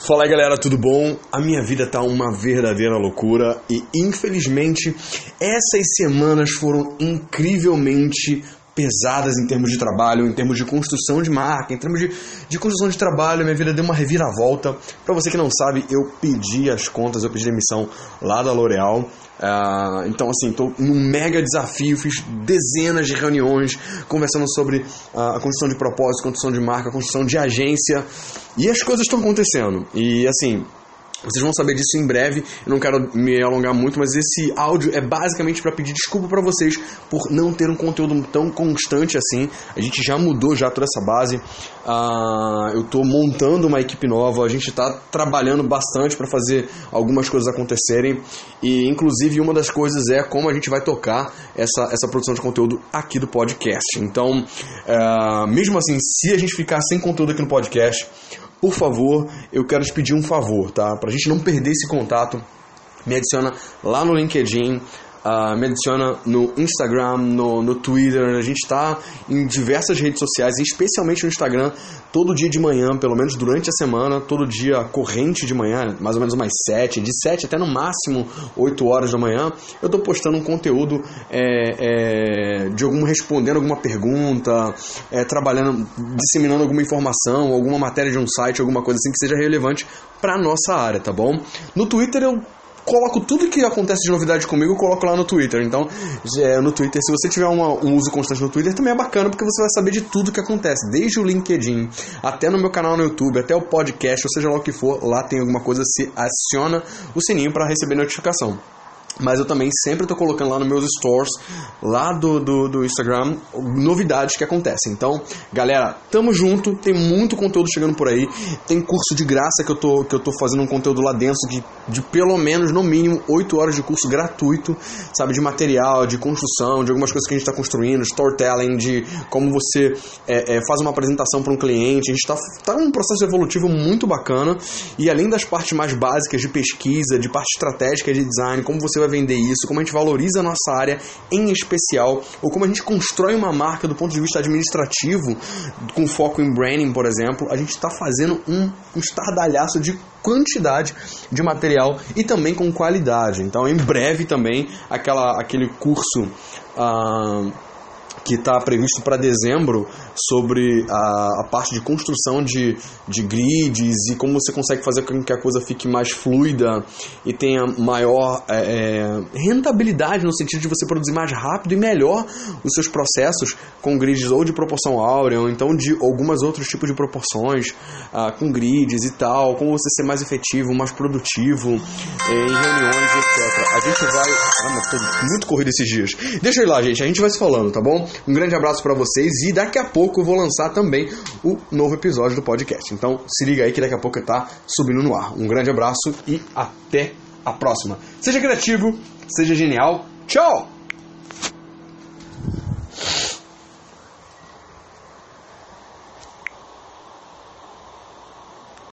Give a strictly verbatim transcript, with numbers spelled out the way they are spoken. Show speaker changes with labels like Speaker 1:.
Speaker 1: Fala aí galera, tudo bom? A minha vida tá uma verdadeira loucura e infelizmente essas semanas foram incrivelmente pesadas em termos de trabalho, em termos de construção de marca, em termos de, de construção de trabalho. Minha vida deu uma reviravolta. Pra você que não sabe, eu pedi as contas, eu pedi demissão lá da L'Oréal. Uh, então assim, tô num mega desafio, fiz dezenas de reuniões conversando sobre uh, a construção de propósito, construção de marca, construção de agência, e as coisas estão acontecendo. E assim, vocês vão saber disso em breve. Eu não quero me alongar muito, mas esse áudio é basicamente para pedir desculpa para vocês por não ter um conteúdo tão constante assim. A gente já mudou já toda essa base. Uh, eu estou montando uma equipe nova. A gente está trabalhando bastante para fazer algumas coisas acontecerem. E inclusive uma das coisas é como a gente vai tocar essa, essa produção de conteúdo aqui do podcast. Então, uh, mesmo assim, se a gente ficar sem conteúdo aqui no podcast, por favor, eu quero te pedir um favor, tá? Pra gente não perder esse contato, me adiciona lá no LinkedIn, uh, me adiciona no Instagram, no, no Twitter. A gente tá em diversas redes sociais, especialmente no Instagram, todo dia de manhã, pelo menos durante a semana, todo dia corrente de manhã, mais ou menos umas sete, de sete até no máximo oito horas da manhã, eu tô postando um conteúdo é, é, de algum, respondendo alguma pergunta, é, trabalhando, disseminando alguma informação, alguma matéria de um site, alguma coisa assim que seja relevante pra nossa área, tá bom? No Twitter eu coloco tudo que acontece de novidade comigo, eu coloco lá no Twitter. Então, é, no Twitter, se você tiver uma, um uso constante no Twitter, também é bacana, porque você vai saber de tudo que acontece, desde o LinkedIn, até no meu canal no YouTube, até o podcast, ou seja lá o que for, lá tem alguma coisa, se aciona o sininho para receber notificação. Mas eu também sempre estou colocando lá nos meus stores, lá do, do, do Instagram, novidades que acontecem. Então, galera, tamo junto, tem muito conteúdo chegando por aí. Tem curso de graça que eu tô, que eu tô fazendo um conteúdo lá dentro de, de pelo menos, no mínimo, oito horas de curso gratuito, sabe, de material, de construção, de algumas coisas que a gente está construindo, storytelling, de como você é, é, faz uma apresentação para um cliente. A gente está tá num processo evolutivo muito bacana. E além das partes mais básicas de pesquisa, de parte estratégica de design, como você vai vender isso, como a gente valoriza a nossa área em especial, ou como a gente constrói uma marca do ponto de vista administrativo, com foco em branding, por exemplo, a gente está fazendo um, um estardalhaço de quantidade de material e também com qualidade. Então, em breve também, aquela, aquele curso Uh, que está previsto para dezembro, sobre a, a parte de construção de, de grids e como você consegue fazer com que a coisa fique mais fluida e tenha maior é, rentabilidade, no sentido de você produzir mais rápido e melhor os seus processos com grids ou de proporção áurea, ou então de algumas outros tipos de proporções, ah, com grids e tal, como você ser mais efetivo, mais produtivo é, em reuniões, etcétera. A gente vai... Ah, mas tô muito corrido esses dias. Deixa eu ir lá, gente. A gente vai se falando, tá bom? Um grande abraço pra vocês e daqui a pouco eu vou lançar também o novo episódio do podcast. Então se liga aí que daqui a pouco tá subindo no ar. Um grande abraço e até a próxima. Seja criativo, seja genial. Tchau!